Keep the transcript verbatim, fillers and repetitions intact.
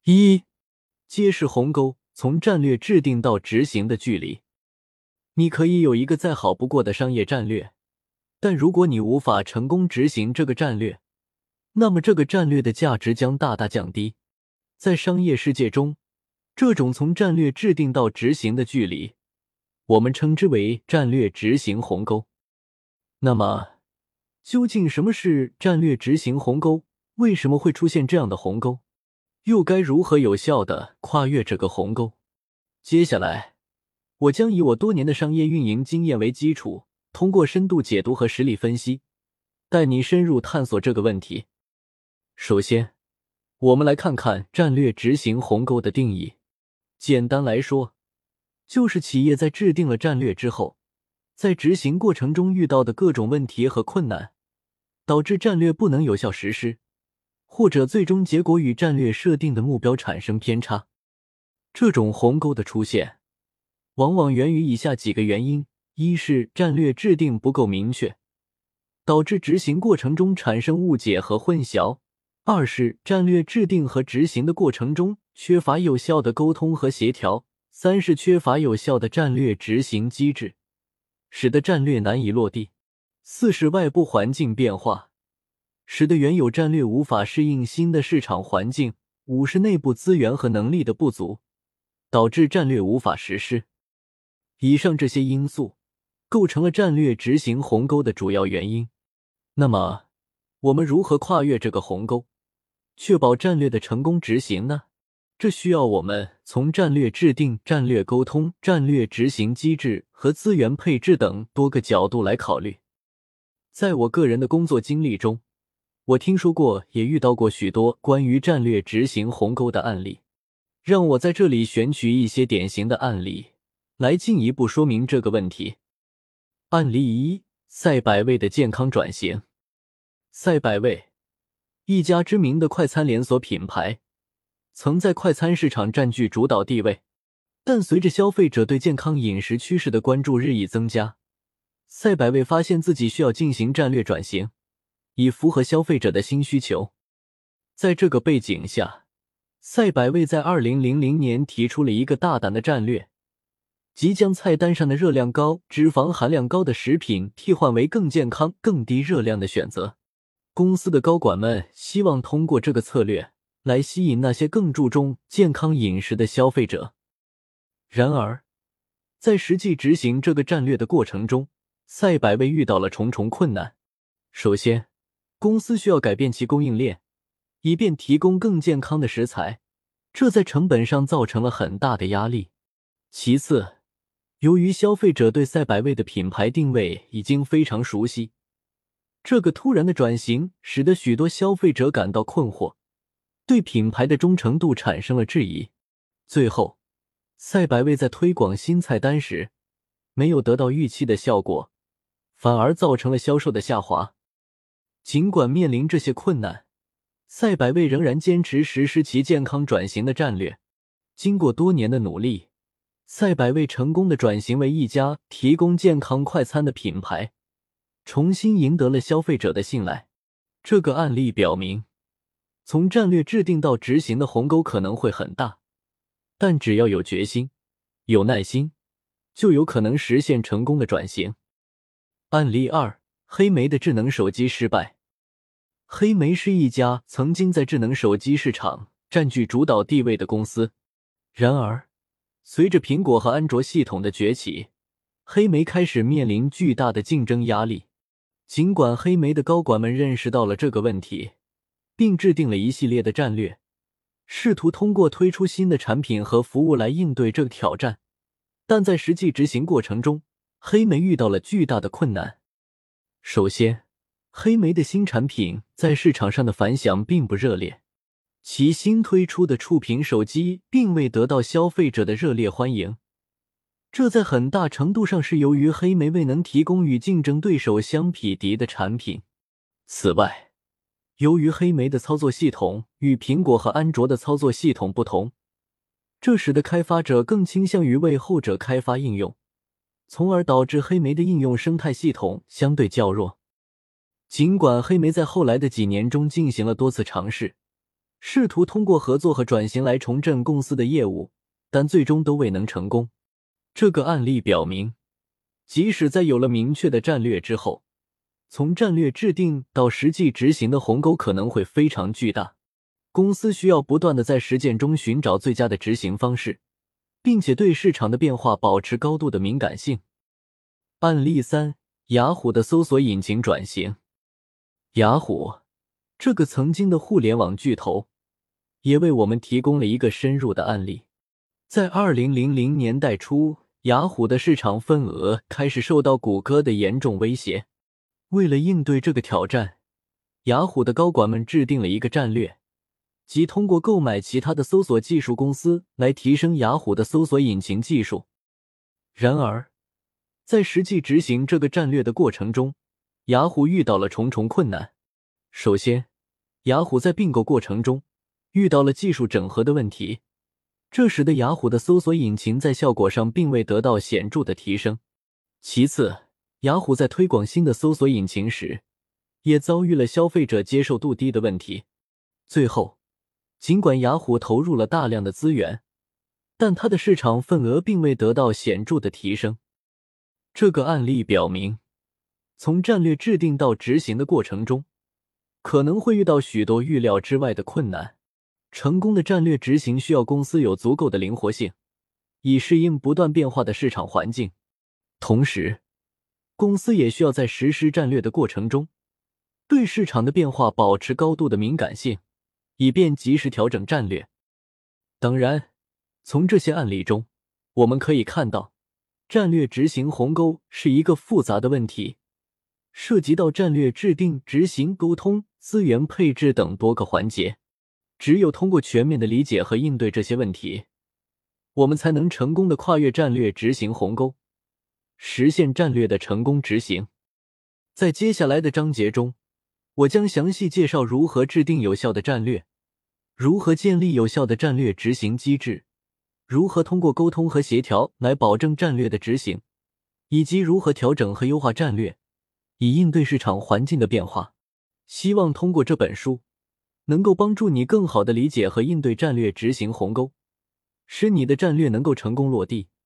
一、揭示鸿沟，从战略制定到执行的距离。你可以有一个再好不过的商业战略，但如果你无法成功执行这个战略，那么这个战略的价值将大大降低。在商业世界中，这种从战略制定到执行的距离，我们称之为战略执行鸿沟。那么，究竟什么是战略执行鸿沟？为什么会出现这样的鸿沟？又该如何有效地跨越这个鸿沟？接下来，我将以我多年的商业运营经验为基础，通过深度解读和实例分析，带你深入探索这个问题。首先，我们来看看战略执行鸿沟的定义。简单来说，就是企业在制定了战略之后，在执行过程中遇到的各种问题和困难，导致战略不能有效实施，或者最终结果与战略设定的目标产生偏差。这种鸿沟的出现，往往源于以下几个原因：一是战略制定不够明确，导致执行过程中产生误解和混淆；二是战略制定和执行的过程中缺乏有效的沟通和协调；三是缺乏有效的战略执行机制，使得战略难以落地；四是外部环境变化，使得原有战略无法适应新的市场环境；五是内部资源和能力的不足，导致战略无法实施。以上这些因素构成了战略执行鸿沟的主要原因。那么，我们如何跨越这个鸿沟，确保战略的成功执行呢？这需要我们从战略制定、战略沟通、战略执行机制和资源配置等多个角度来考虑。在我个人的工作经历中，我听说过也遇到过许多关于战略执行鸿沟的案例，让我在这里选取一些典型的案例来进一步说明这个问题。案例一：赛百味的健康转型。赛百味，一家知名的快餐连锁品牌，曾在快餐市场占据主导地位，但随着消费者对健康饮食趋势的关注日益增加，赛百味发现自己需要进行战略转型，以符合消费者的新需求。在这个背景下，赛百味在二零零零年提出了一个大胆的战略，即将菜单上的热量高、脂肪含量高的食品替换为更健康、更低热量的选择。公司的高管们希望通过这个策略来吸引那些更注重健康饮食的消费者。然而，在实际执行这个战略的过程中，赛百味遇到了重重困难。首先，公司需要改变其供应链，以便提供更健康的食材，这在成本上造成了很大的压力。其次，由于消费者对赛百味的品牌定位已经非常熟悉，这个突然的转型使得许多消费者感到困惑，对品牌的忠诚度产生了质疑。最后，赛百味在推广新菜单时没有得到预期的效果，反而造成了销售的下滑。尽管面临这些困难，赛百味仍然坚持实施其健康转型的战略。经过多年的努力，赛百味成功的转型为一家提供健康快餐的品牌，重新赢得了消费者的信赖。这个案例表明，从战略制定到执行的鸿沟可能会很大，但只要有决心、有耐心，就有可能实现成功的转型。案例二：黑莓的智能手机失败。黑莓是一家曾经在智能手机市场占据主导地位的公司，然而，随着苹果和安卓系统的崛起，黑莓开始面临巨大的竞争压力。尽管黑莓的高管们认识到了这个问题，并制定了一系列的战略，试图通过推出新的产品和服务来应对这个挑战，但在实际执行过程中，黑莓遇到了巨大的困难。首先，黑莓的新产品在市场上的反响并不热烈，其新推出的触屏手机并未得到消费者的热烈欢迎，这在很大程度上是由于黑莓未能提供与竞争对手相匹敌的产品。此外，由于黑莓的操作系统与苹果和安卓的操作系统不同，这使得开发者更倾向于为后者开发应用，从而导致黑莓的应用生态系统相对较弱。尽管黑莓在后来的几年中进行了多次尝试， 试图通过合作和转型来重振公司的业务，但最终都未能成功。这个案例表明，即使在有了明确的战略之后，从战略制定到实际执行的鸿沟可能会非常巨大。公司需要不断地在实践中寻找最佳的执行方式，并且对市场的变化保持高度的敏感性。案例三：雅虎的搜索引擎转型。雅虎这个曾经的互联网巨头，也为我们提供了一个深入的案例。在二零零零年代初，雅虎的市场份额开始受到谷歌的严重威胁。为了应对这个挑战，雅虎的高管们制定了一个战略，即通过购买其他的搜索技术公司来提升雅虎的搜索引擎技术。然而，在实际执行这个战略的过程中，雅虎遇到了重重困难。首先，雅虎在并购过程中遇到了技术整合的问题，这使得雅虎的搜索引擎在效果上并未得到显著的提升。其次，雅虎在推广新的搜索引擎时，也遭遇了消费者接受度低的问题。最后，尽管雅虎投入了大量的资源，但它的市场份额并未得到显著的提升。这个案例表明，从战略制定到执行的过程中，可能会遇到许多预料之外的困难。成功的战略执行需要公司有足够的灵活性，以适应不断变化的市场环境。同时，公司也需要在实施战略的过程中，对市场的变化保持高度的敏感性，以便及时调整战略。当然，从这些案例中，我们可以看到，战略执行鸿沟是一个复杂的问题，涉及到战略制定、执行、沟通、资源配置等多个环节。只有通过全面的理解和应对这些问题，我们才能成功的跨越战略执行鸿沟，实现战略的成功执行。在接下来的章节中，我将详细介绍如何制定有效的战略，如何建立有效的战略执行机制，如何通过沟通和协调来保证战略的执行，以及如何调整和优化战略，以应对市场环境的变化。希望通过这本书，能够帮助你更好地理解和应对战略执行鸿沟，使你的战略能够成功落地。